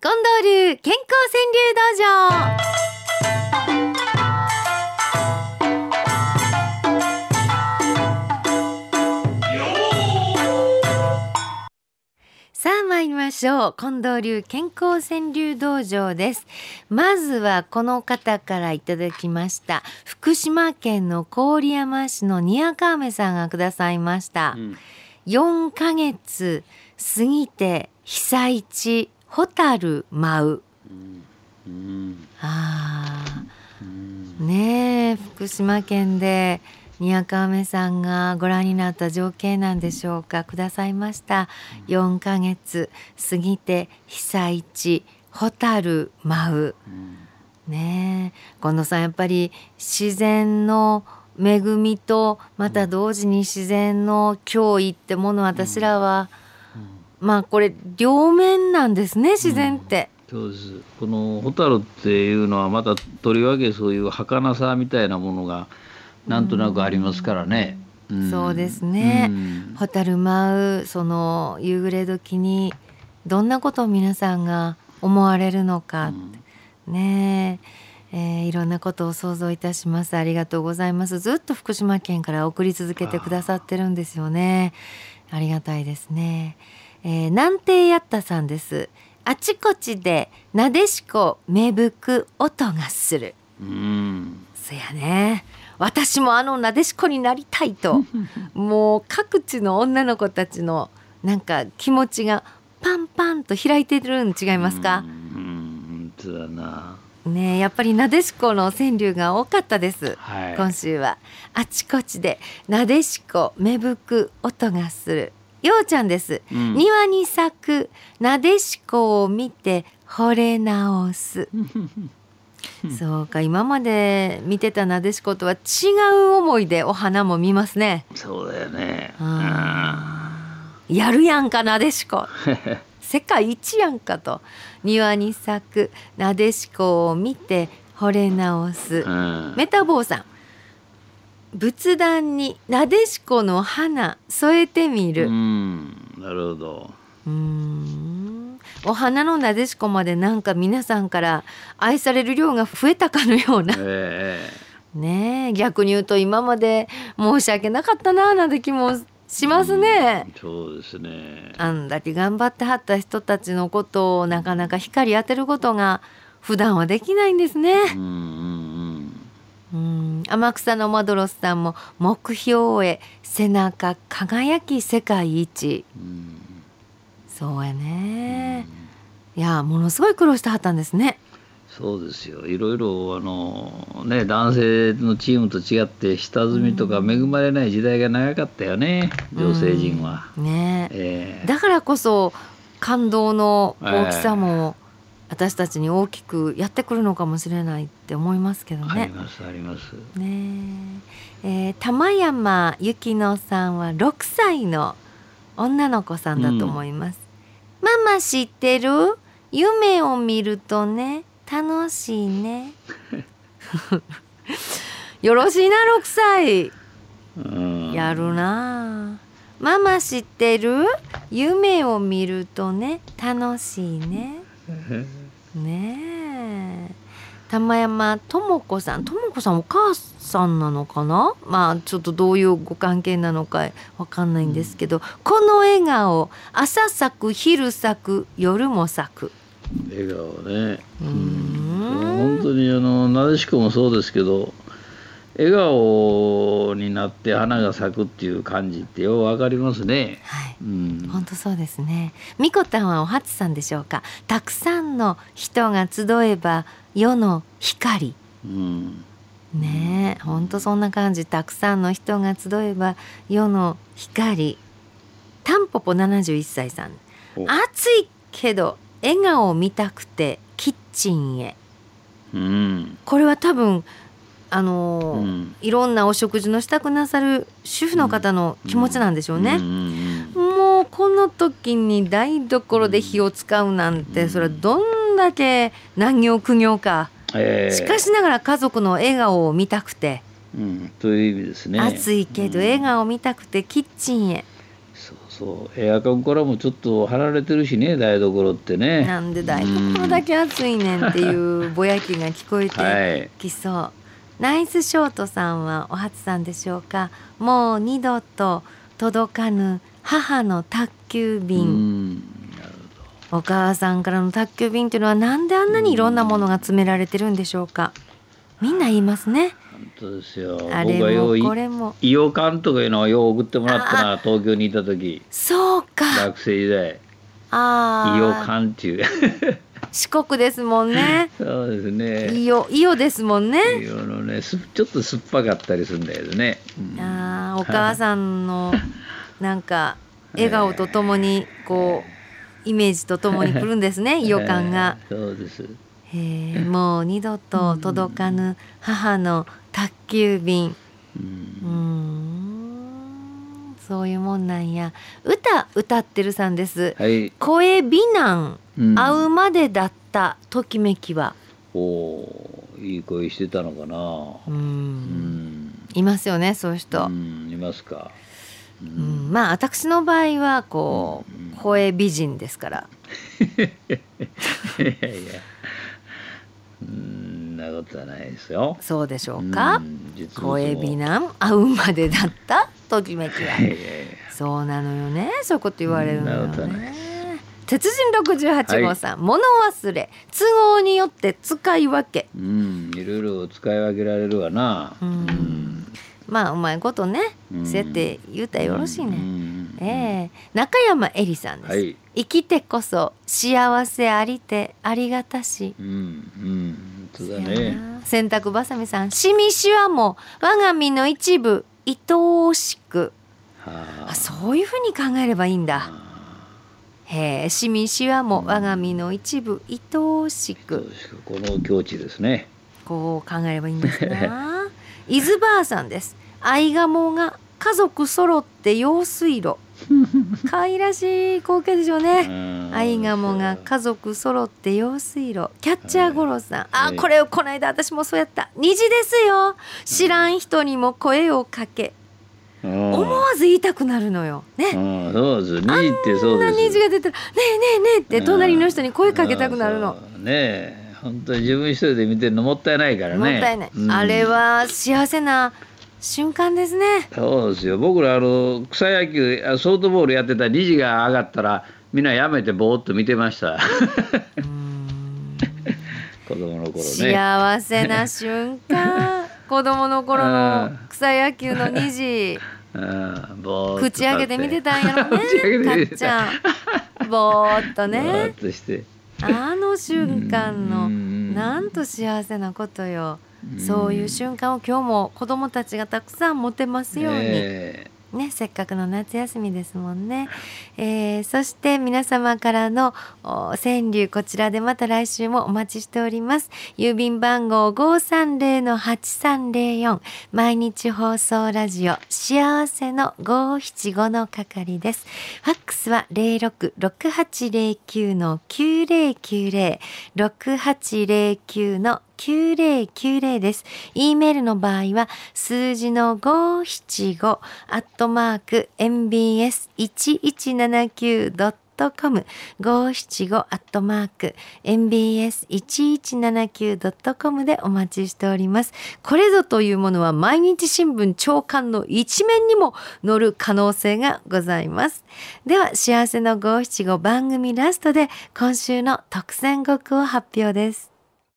近藤流健康川柳道場。さあ参りましょう。近藤流健康川柳道場です。まずはこの方からいただきました。福島県の郡山市のにやかあめさんがくださいました、4ヶ月過ぎて被災地ホタル舞う、ねえ、福島県でにやかあめさんがご覧になった情景なんでしょうか。くださいました。4ヶ月過ぎて被災地ホタル舞う、ねえ、近藤さん、やっぱり自然の恵みとまた同時に自然の脅威ってもの、私らは、まあこれ両面なんですね、自然って、 そうです。このホタルっていうのはまたとりわけそういう儚さみたいなものがなんとなくありますからね。 そうですね、ホタル舞うその夕暮れ時にどんなことを皆さんが思われるのか、ねえ、いろんなことを想像いたします。ありがとうございます。ずっと福島県から送り続けてくださってるんですよね。ありがたいですね。南帝やったさんです。あちこちでなでしこ芽吹く音がする。そやね、私もあのなでしこになりたいともう各地の女の子たちのなんか気持ちがパンパンと開いてるん違いますか。 そうだな。 ねえ、やっぱりなでしこの川柳が多かったです、 はい、 今週は。あちこちでなでしこ芽吹く音がする。ようちゃんです、庭に咲くなでしこを見て惚れ直すそうか、今まで見てたなでしことは違う思いでお花も見ますね。 そうだよね。 やるやんかなでしこ世界一やんかと。庭に咲くなでしこを見て惚れ直す、メタボーさん、仏壇になでしこの花添えてみる。 なるほど。 お花のなでしこまでなんか皆さんから愛される量が増えたかのような、ねえ、逆に言うと今まで申し訳なかったななんて気もしますね。 そうですね。 あんだけ頑張ってはった人たちのことをなかなか光当てることが普段はできないんですね。天草のマドロスさんも目標へ背中輝き世界一。そうやね、いや、ものすごい苦労してはったんですね。 そうですよ。いろいろ男性のチームと違って下積みとか恵まれない時代が長かったよね、女性陣は。だからこそ感動の大きさも私たちに大きくやってくるのかもしれないって思いますけどね。 ありますありますね。玉山ゆきのさんは6歳の女の子さんだと思います。ママ知ってる？夢を見るとね楽しいねよろしいな、6歳。やるな。ママ知ってる？夢を見るとね楽しいねねえ。玉山智子さん、お母さんなのかな。まあちょっとどういうご関係なのかわかんないんですけど、この笑顔、朝咲く昼咲く夜も咲く。 笑顔ね。本当になでしこもそうですけど、笑顔になって花が咲くっていう感じってようわかりますね。 本当そうですね。みこたんはお初さんでしょうか。たくさんの人が集えば世の光。ねえ、本当そんな感じ。たくさんの人が集えば世の光。たんぽぽ71歳さん、暑いけど笑顔を見たくてキッチンへ。これは多分いろんなお食事の支度なさる主婦の方の気持ちなんでしょうね。もうこの時に台所で火を使うなんて、それはどんだけ難行苦行か。しかしながら家族の笑顔を見たくて、 という意味ですね。 暑いけど笑顔を見たくてキッチンへ。 そうそう、エアコンからもちょっと張られてるしね、台所ってね。 なんで台所だけ暑いねんっていうぼやきが聞こえてきそう、はい、ナイスショートさんはお初さんでしょうか。もう二度と届かぬ母の宅急便。お母さんからの宅急便というのはなんであんなにいろんなものが詰められてるんでしょうか。みんな言いますね。 本当ですよ。 あれも僕はようこれもイオカンとかいうのをよう送ってもらったな、東京にいた時。 そうか、 学生時代。 あ、 イオカンっていう四国ですもんね。 そうですね。 イオですもんね。 イオのね、ちょっと酸っぱかったりするんだけどね、 あ、お母さんのなんか笑顔とともにこうイメージとともに来るんですね、イオカンが。 そうです。 もう二度と届かぬ母の宅急便。そういうもんなんや。歌ってるさんです、はい、声美男、会うまでだったときめきは。 いい声してたのかな。 いますよね、そういう人。 いますか。 まあ私の場合はこう、声美人ですからいやいや、そんなことはないですよ。 そうでしょうか。声美男、会うまでだったときめきは。そうなのよね、そういうこと言われるのよね。鉄人68号さん、物忘れ、都合によって使い分け。 いろいろ使い分けられるわな。 まあうまいことね、そうやって言うたらよろしいね。中山えりさんです、はい、生きてこそ幸せありてありがたし。 そうだね。 洗濯ばさみさん、しみしわも我が身の一部愛おしく。そういうふうに考えればいいんだ。しみしわも我が身の一部愛おしく。 この境地ですね。 こう考えればいいんですな。伊豆ばあさんです。愛鴨が家族揃って用水路。可愛らしい光景でしょうね。愛鴨が家族揃って用水路。キャッチャーゴロさん、これをこの間私もそうやった。虹ですよ。知らん人にも声をかけ。思わず言いたくなるのよね。 そうです。虹ってそうです。 あんな虹が出たらねえねえねえって隣の人に声かけたくなるの。 ねえ、本当に自分一人で見てるのもったいないからね。 もったいない。あれは幸せな瞬間ですね。 そうですよ。僕ら草野球ソフトボールやってた虹が上がったらみんなやめてぼーっと見てました。子供の頃ね。 幸せな瞬間。子供の頃の草野球の虹。口開けて見てたんやろね。かっちゃん。ぼーっとね。ぼーっとして。 あの瞬間のなんと幸せなことよ。そういう瞬間を今日も子どもたちがたくさん持てますように、ね、せっかくの夏休みですもんね。そして皆様からの川柳、こちらでまた来週もお待ちしております。郵便番号 530-8304 毎日放送ラジオ幸せの575の係です。ファックスは 066809-9090 6809-9090です。E メールの場合は数字の575@mbs1179.com 575 @mbs1179.com でお待ちしております。これぞというものは毎日新聞朝刊の一面にも載る可能性がございます。では幸せの575番組ラストで今週の特選5句を発表です。